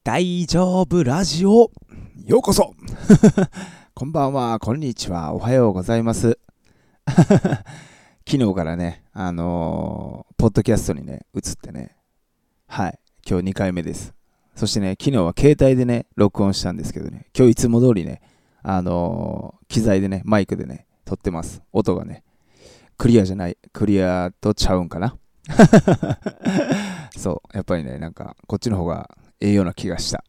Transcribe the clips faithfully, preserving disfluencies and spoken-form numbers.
大丈夫ラジオようこそこんばんは、こんにちは、おはようございます昨日からね、あのー、ポッドキャストにね、移ってね、はい、今日にかいめです。そしてね、昨日は携帯でね、録音したんですけどね、今日いつも通りね、あのー、機材でね、マイクでね、撮ってます。音がね、クリアじゃない、クリアとちゃうんかなそう、やっぱりね、なんか、こっちの方がええような気がした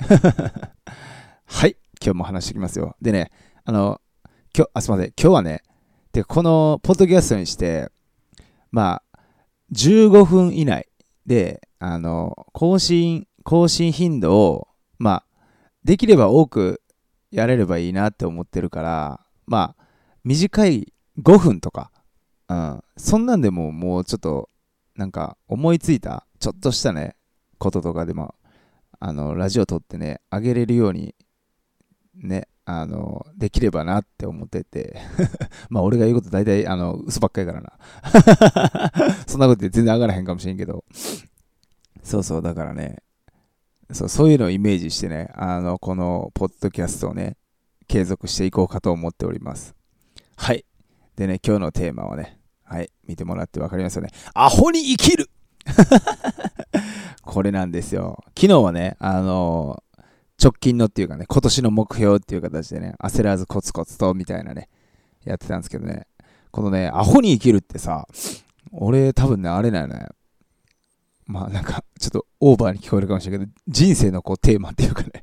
はい、今日も話していきますよ。でね、あの、今日、あ、すみません、今日はね、で、このポッドキャストにして、まあ、じゅうごふん以内で、あの、更新、更新頻度を、まあ、できれば多くやれればいいなって思ってるから、まあ、短いごふんとか、うん、そんなんでももうちょっと、なんか思いついた、ちょっとしたね、こととかでも、あの、ラジオ撮ってね、あげれるようにね、あの、できればなって思っててまあ俺が言うこと大体、あの、嘘ばっかりやからなそんなことで全然上がらへんかもしれんけど、そうそう、だからね、そう、そういうのをイメージしてね、あの、このポッドキャストをね、継続していこうかと思っております。はい。でね、今日のテーマはね、はい、見てもらってわかりますよね。アホに生きるこれなんですよ。昨日はね、あの直近のっていうかね、今年の目標っていう形でね、焦らずコツコツとみたいなね、やってたんですけどね、このね、アホに生きるってさ、俺多分ね、あれだよね、まあなんか、ちょっとオーバーに聞こえるかもしれないけど、人生のこうテーマっていうかね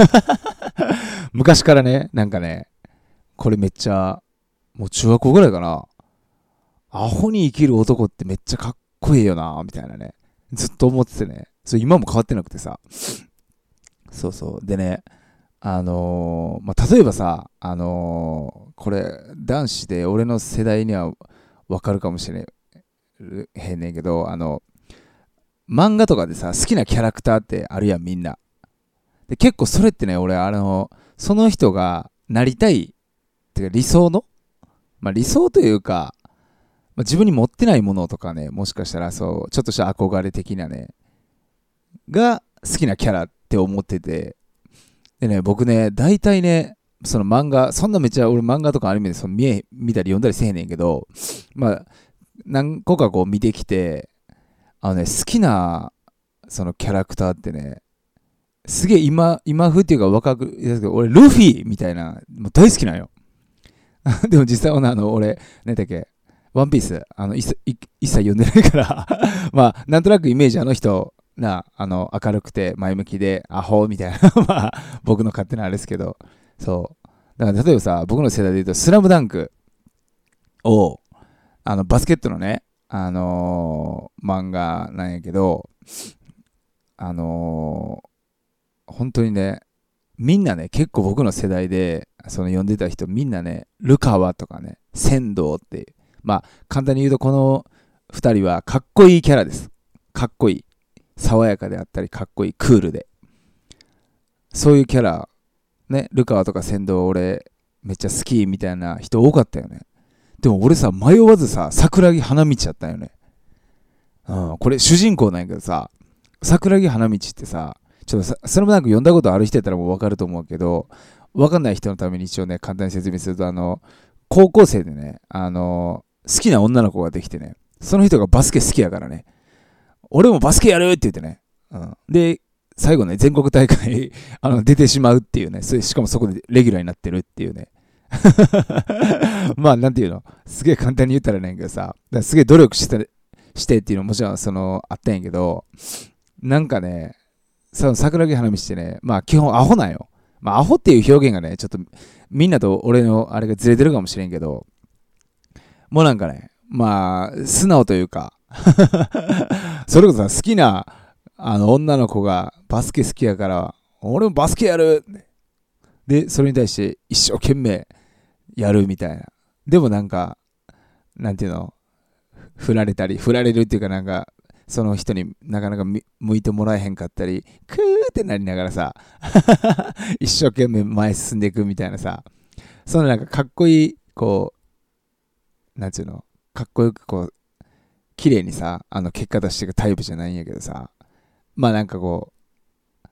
昔からね、なんかね、これめっちゃ、もう中学校ぐらいかな、アホに生きる男ってめっちゃかっこいいよな、みたいなね、ずっと思っててね、それ今も変わってなくてさ、そうそう。でね、あのーまあ、例えばさ、あのーこれ、男子で俺の世代にはわかるかもしれへんねんけど、あの、漫画とかでさ、好きなキャラクターってあるやん、みんな。で、結構それってね、俺、あの、その人がなりたい、ってか理想の、まあ、理想というか、まあ、自分に持ってないものとかね、もしかしたらそう、ちょっとした憧れ的なね、が好きなキャラって思ってて、でね、僕ね、大体ね、その漫画、そんなめっちゃ俺漫画とかアニメでその見え見たり読んだりせえへんねんけど、まあ、何個かこう見てきて、あのね、好きなそのキャラクターってね、すげえ今、今風っていうか若くですけど、俺ルフィみたいな、もう大好きなんよ。でも実際はね、あの、俺、何だっけ、ワンピース、あの、一切一切読んでないからまあ、なんとなくイメージあの人、な、あの、明るくて前向きで、アホみたいなまあ、僕の勝手なあれですけど、そう。だから例えばさ、僕の世代で言うと、スラムダンクを、あの、バスケットのね、あのー漫画なんやけど、あのー本当にね、みんなね、結構僕の世代で、その読んでた人、みんなね、ルカワとかね、仙道って、まあ、簡単に言うと、この二人はかっこいいキャラです。かっこいい。爽やかであったり、かっこいい、クールで。そういうキャラ、ね、ルカワとか仙道、俺、めっちゃ好きみたいな人多かったよね。でも俺さ、迷わずさ、桜木花道やったんよね。うん、これ主人公なんやけどさ、桜木花道ってさ、ちょっとスラムダンク読んだことある人やったらもうわかると思うけど、わかんない人のために一応ね、簡単に説明すると、あの、高校生でね、あの、好きな女の子ができてね、その人がバスケ好きやからね、俺もバスケやるって言ってね、うん、で、最後ね、全国大会あの出てしまうっていうね、それしかもそこでレギュラーになってるっていうね。まあ、なんていうの、すげえ簡単に言ったらねんけどさ、すげえ努力してしてっていうのももちろんそのあったんやけど、なんかね、その桜木花道ってね、まあ基本アホなんよ。まあアホっていう表現がね、ちょっとみんなと俺のあれがずれてるかもしれんけど、もうなんかね、まあ素直というかそれこそさ、好きなあの女の子がバスケ好きやから、俺もバスケやるで、それに対して一生懸命やるみたいな。でもなんか、なんていうの、振られたり、振られるっていうかなんか、その人になかなか向いてもらえへんかったり、クーってなりながらさ、一生懸命前進んでいくみたいなさ、そのなんかかっこいい、こう、なんていうの、かっこよくこう、綺麗にさ、あの結果出していくタイプじゃないんやけどさ、まあなんかこ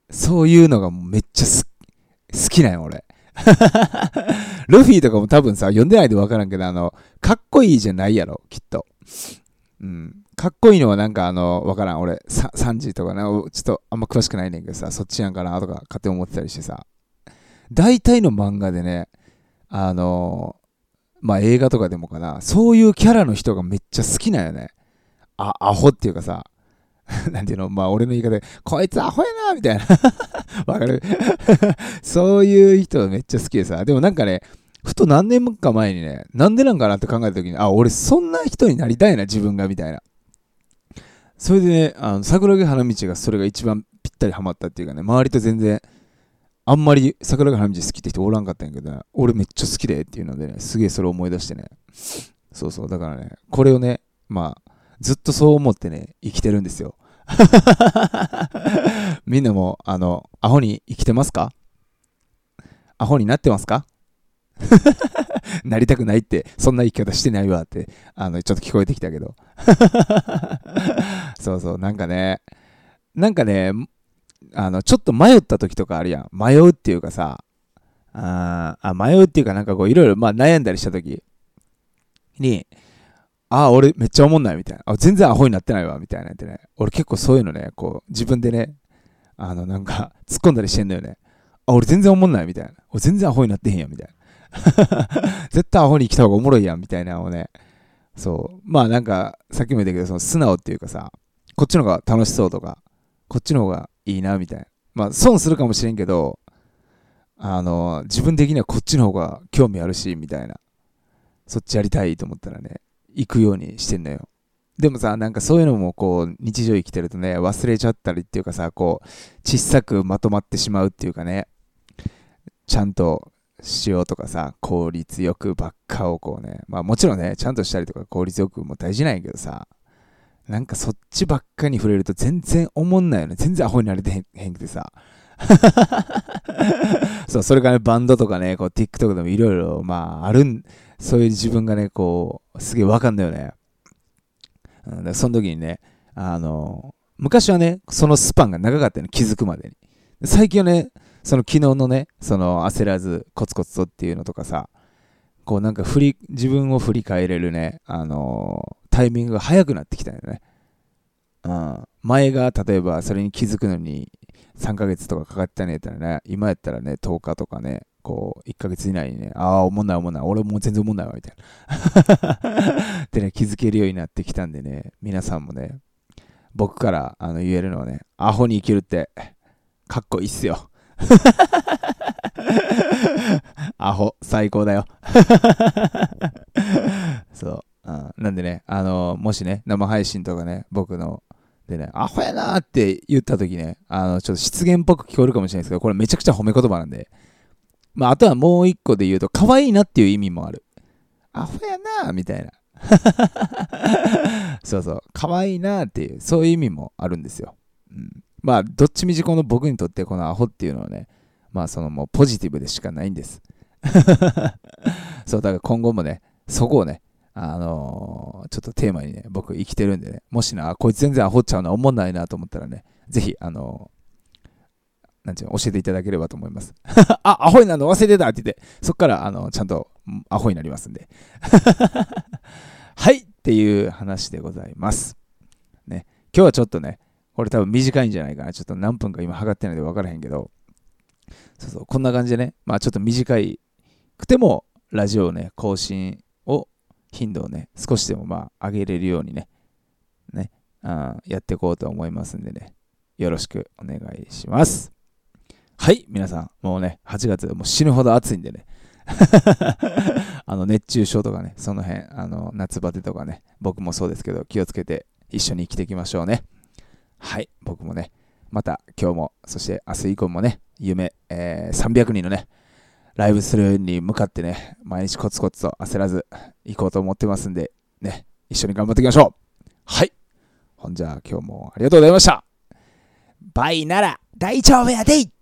そういうのがもうめっちゃす好きなんよ、俺。ルフィとかも多分さ、読んでないで分からんけど、あの、かっこいいじゃないやろ、きっと。うん。かっこいいのはなんかあの、分からん。俺、サンジとかね、ちょっとあんま詳しくないねんけどさ、そっちやんかなとか勝手に思ってたりしてさ。大体の漫画でね、あのまあ映画とかでもかな、そういうキャラの人がめっちゃ好きなんよね。あ、アホっていうかさ、なんていうの、まあ俺の言い方で、こいつアホやなみたいな。わかるそういう人めっちゃ好きでさ、でもなんかね、ふと何年か前にね、なんでなんかなって考えた時に、あ、俺そんな人になりたいな、自分が、みたいな。それでね、あの桜木花道がそれが一番ぴったりハマったっていうかね、周りと全然、あんまり桜木花道好きって人おらんかったんやけどね、俺めっちゃ好きでっていうのでね、すげえそれを思い出してね。そうそう、だからね、これをね、まあ、ずっとそう思ってね、生きてるんですよ。みんなも、あの、アホに生きてますか？アホになってますか？なりたくないって、そんな生き方してないわって、あの、ちょっと聞こえてきたけど。そうそう、なんかね、なんかね、あの、ちょっと迷った時とかあるやん。迷うっていうかさ、ああ、迷うっていうかなんかこう、いろいろまあ悩んだりした時に、ああ、俺めっちゃおもんないみたいな。あ、全然アホになってないわみたいなってね。俺結構そういうのね、こう、自分でね、あの、なんか、突っ込んだりしてんだよね。あ、俺全然おもんないみたいな。俺全然アホになってへんやんみたいな。絶対アホに生きた方がおもろいやんみたいなのをね。そう。まあなんか、さっきも言ったけど、その素直っていうかさ、こっちの方が楽しそうとか、こっちの方がいいなみたいな。まあ損するかもしれんけど、あの、自分的にはこっちの方が興味あるし、みたいな。そっちやりたいと思ったらね、行くようにしてんのよ。でもさ、なんかそういうのもこう、日常生きてるとね、忘れちゃったりっていうかさ、こう、小さくまとまってしまうっていうかね、ちゃんとしようとかさ、効率よくばっかをこうね、まあもちろんね、ちゃんとしたりとか効率よくも大事なんやけどさ、なんかそっちばっかに触れると全然おもんないよね。全然アホになれてへんへんくてさ。そう、それからね、バンドとかね、こう TikTok でもいろいろ、まああるん、そういう自分がね、こう、すげえわかんだよね。うん、だその時にね、あの、昔はね、そのスパンが長かったの、気づくまでに。最近はね、その昨日のね、その焦らずコツコツとっていうのとかさ、こうなんか振り、自分を振り返れるね、あのータイミングが早くなってきたよね。うん。前が例えばそれに気づくのにさんかげつとかかかってたねやったらね、今やったらね、とおかとかね、こういっかげつ以内にね、ああ、おもんないおもんない、俺もう全然おもんないわ、みたいな。ってね、気づけるようになってきたんでね、皆さんもね、僕からあの言えるのはね、アホに生きるってかっこいいっすよ。アホ、最高だよ。そう。うん、なんでね、あのーもしね、生配信とかね、僕の、でね、アホやなーって言った時ね、あの、ちょっと失言っぽく聞こえるかもしれないですけど、これめちゃくちゃ褒め言葉なんで、まあ、あとはもう一個で言うと、可愛いなっていう意味もある。アホやなーみたいな。そうそう、可愛いなーっていう、そういう意味もあるんですよ。うん、まあ、どっちみちこの僕にとってこのアホっていうのはね、まあ、そのもうポジティブでしかないんです。そう、だから今後もね、そこをね、あのーちょっとテーマにね、僕生きてるんでね、もしな、こいつ全然アホっちゃうな、思んないなと思ったらね、ぜひ、あのーなんていうの、教えていただければと思います。あ、アホになるの忘れてたって言って、そっから、あの、ちゃんとアホになりますんで。はい、っていう話でございます。ね、今日はちょっとね、これ多分短いんじゃないかな。ちょっと何分か今測ってないんで分からへんけど、そうそう、こんな感じでね、まあちょっと短いくても、ラジオをね、更新を、頻度をね、少しでもまあ上げれるようにね、ね、あやっていこうと思いますんでね、よろしくお願いします。はい、皆さん、もうね、はちがつ、もう死ぬほど暑いんでね、あの熱中症とかね、その辺、あの夏バテとかね、僕もそうですけど、気をつけて一緒に生きていきましょうね。はい、僕もね、また今日も、そして明日以降もね、夢、えー、さんびゃくにんのね、ライブするに向かってね、毎日コツコツと焦らず行こうと思ってますんで、ね、一緒に頑張っていきましょう。はい。ほんじゃあ今日もありがとうございました。バイなら大丈夫やでい。